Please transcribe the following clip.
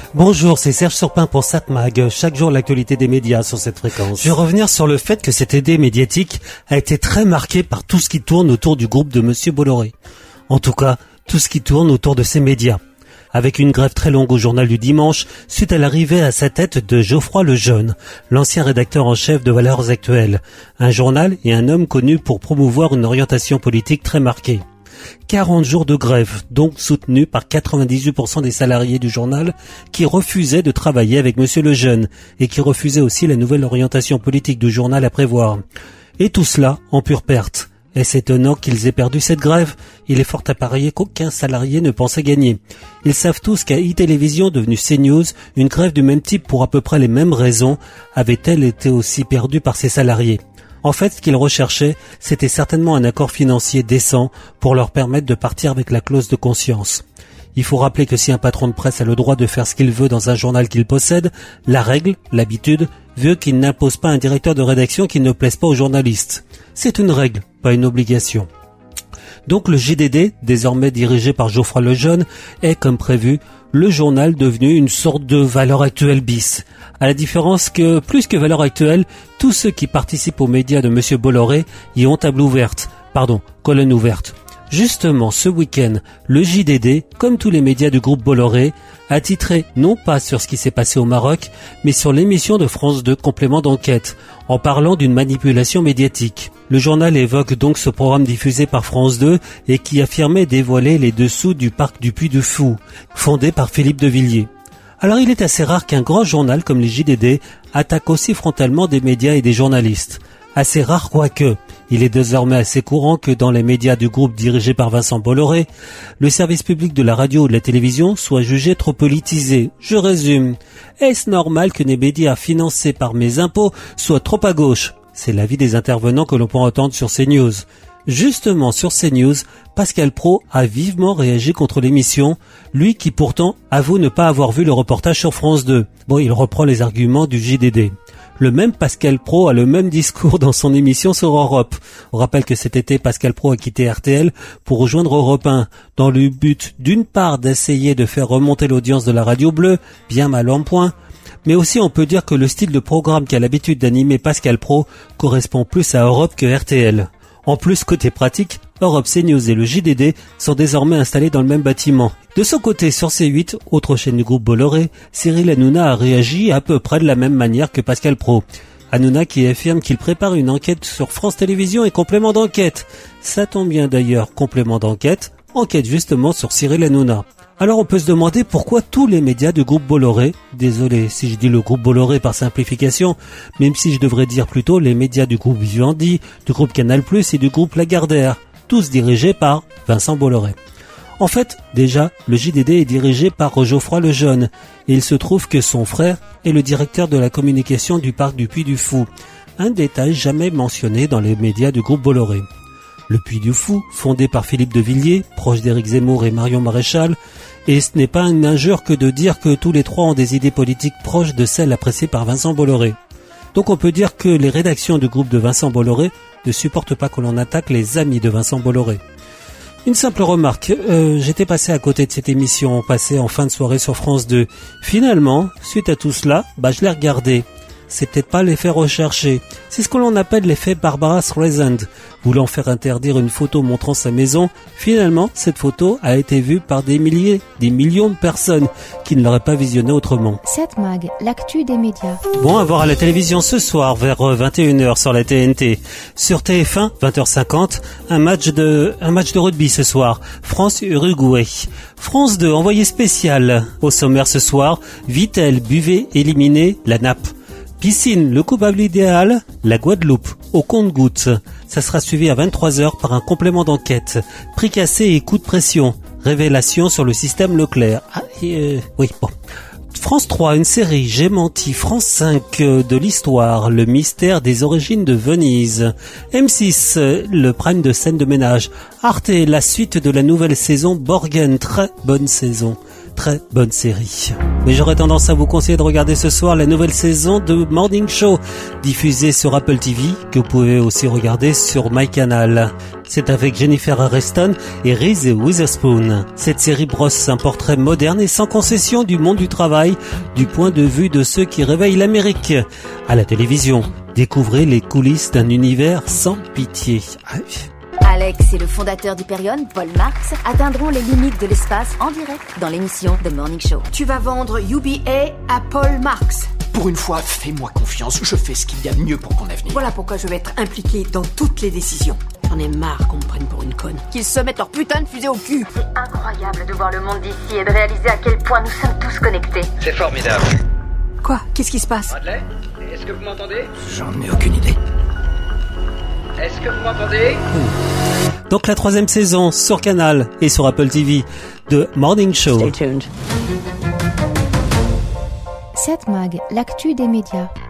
Bonjour, c'est Serge Surpin pour Satmag. Chaque jour, l'actualité des médias sur cette fréquence. Je vais revenir sur le fait que cette idée médiatique a été très marquée par tout ce qui tourne autour du groupe de Monsieur Bolloré. En tout cas, tout ce qui tourne autour de ces médias. Avec une grève très longue au journal du dimanche, suite à l'arrivée à sa tête de Geoffroy Lejeune, l'ancien rédacteur en chef de Valeurs Actuelles, un journal et un homme connu pour promouvoir une orientation politique très marquée. 40 jours de grève, donc soutenus par 98% des salariés du journal qui refusaient de travailler avec Monsieur Lejeune et qui refusaient aussi la nouvelle orientation politique du journal à prévoir. Et tout cela en pure perte. Est-ce étonnant qu'ils aient perdu cette grève? Il est fort à parier qu'aucun salarié ne pensait gagner. Ils savent tous qu'à iTélévision, devenue CNews, une grève du même type pour à peu près les mêmes raisons avait-elle été aussi perdue par ses salariés. En fait, ce qu'ils recherchaient, c'était certainement un accord financier décent pour leur permettre de partir avec la clause de conscience. Il faut rappeler que si un patron de presse a le droit de faire ce qu'il veut dans un journal qu'il possède, la règle, l'habitude, veut qu'il n'impose pas un directeur de rédaction qui ne plaise pas aux journalistes. C'est une règle, pas une obligation. Donc le JDD, désormais dirigé par Geoffroy Lejeune, est, comme prévu, le journal devenu une sorte de Valeurs Actuelles bis. À la différence que, plus que Valeurs Actuelles, tous ceux qui participent aux médias de Monsieur Bolloré y ont colonne ouverte. Justement, ce week-end, le JDD, comme tous les médias du groupe Bolloré, a titré non pas sur ce qui s'est passé au Maroc, mais sur l'émission de France 2 Complément d'enquête, en parlant d'une manipulation médiatique. Le journal évoque donc ce programme diffusé par France 2 et qui affirmait dévoiler les dessous du parc du Puy-de-Fou, fondé par Philippe de Villiers. Alors il est assez rare qu'un grand journal comme les JDD attaque aussi frontalement des médias et des journalistes. Assez rare quoique, il est désormais assez courant que dans les médias du groupe dirigé par Vincent Bolloré, le service public de la radio ou de la télévision soit jugé trop politisé. Je résume. Est-ce normal que les médias financés par mes impôts soient trop à gauche? C'est l'avis des intervenants que l'on peut entendre sur CNews. Justement sur CNews, Pascal Praud a vivement réagi contre l'émission, lui qui pourtant avoue ne pas avoir vu le reportage sur France 2. Bon, il reprend les arguments du JDD. Le même Pascal Praud a le même discours dans son émission sur Europe. On rappelle que cet été, Pascal Praud a quitté RTL pour rejoindre Europe 1, dans le but d'une part d'essayer de faire remonter l'audience de la radio bleue, bien mal en point, mais aussi on peut dire que le style de programme qu'a l'habitude d'animer Pascal Praud correspond plus à Europe que RTL. En plus, côté pratique, Europe, CNews et le JDD sont désormais installés dans le même bâtiment. De son côté, sur C8, autre chaîne du groupe Bolloré, Cyril Hanouna a réagi à peu près de la même manière que Pascal Praud. Hanouna qui affirme qu'il prépare une enquête sur France Télévisions et Complément d'enquête. Ça tombe bien d'ailleurs, Complément d'enquête, enquête justement sur Cyril Hanouna. Alors on peut se demander pourquoi tous les médias du groupe Bolloré, désolé si je dis le groupe Bolloré par simplification, même si je devrais dire plutôt les médias du groupe Vivendi, du groupe Canal+, et du groupe Lagardère, tous dirigés par Vincent Bolloré. En fait, déjà, le JDD est dirigé par Geoffroy Lejeune, et il se trouve que son frère est le directeur de la communication du parc du Puy-du-Fou, un détail jamais mentionné dans les médias du groupe Bolloré. Le Puy-du-Fou, fondé par Philippe de Villiers, proche d'Éric Zemmour et Marion Maréchal, et ce n'est pas une injure que de dire que tous les trois ont des idées politiques proches de celles appréciées par Vincent Bolloré. Donc on peut dire que les rédactions du groupe de Vincent Bolloré ne supportent pas que l'on attaque les amis de Vincent Bolloré. Une simple remarque, j'étais passé à côté de cette émission passée en fin de soirée sur France 2. Finalement, suite à tout cela, je l'ai regardé. C'est peut-être pas l'effet recherché. C'est ce que l'on appelle l'effet Barbara Streisand. Voulant faire interdire une photo montrant sa maison, finalement, cette photo a été vue par des millions de personnes qui ne l'auraient pas visionnée autrement. Satmag, l'actu des médias. Bon, à voir à la télévision ce soir, vers 21h sur la TNT. Sur TF1, 20h50, un match de rugby ce soir. France-Uruguay. France 2, envoyé spécial. Au sommaire ce soir, Vittel, Buvet, éliminé, la nappe. Piscine, le coupable idéal, la Guadeloupe, au compte-gouttes. Ça sera suivi à 23h par un complément d'enquête. Prix cassé et coup de pression. Révélation sur le système Leclerc. France 3, une série, J'ai menti. France 5, de l'histoire, le mystère des origines de Venise. M6, le prime de scène de ménage. Arte, la suite de la nouvelle saison Borgen, très bonne saison. très bonne série. Mais j'aurais tendance à vous conseiller de regarder ce soir la nouvelle saison de Morning Show, diffusée sur Apple TV, que vous pouvez aussi regarder sur MyCanal. C'est avec Jennifer Aniston et Reese Witherspoon. Cette série brosse un portrait moderne et sans concession du monde du travail, du point de vue de ceux qui réveillent l'Amérique. À la télévision, découvrez les coulisses d'un univers sans pitié. Alex et le fondateur d'Hyperion, Paul Marx, atteindront les limites de l'espace en direct dans l'émission The Morning Show. Tu vas vendre UBA à Paul Marx. Pour une fois, fais-moi confiance, je fais ce qu'il y a de mieux pour ton avenir. Voilà pourquoi je vais être impliqué dans toutes les décisions. J'en ai marre qu'on me prenne pour une conne. Qu'ils se mettent leur putain de fusée au cul. C'est incroyable de voir le monde d'ici et de réaliser à quel point nous sommes tous connectés. C'est formidable. Quoi? Qu'est-ce qui se passe? Bradley, est-ce que vous m'entendez? J'en ai aucune idée. Est-ce que vous m'entendez? Donc la 3e saison sur Canal et sur Apple TV de Morning Show. Cette mag, l'actu des médias.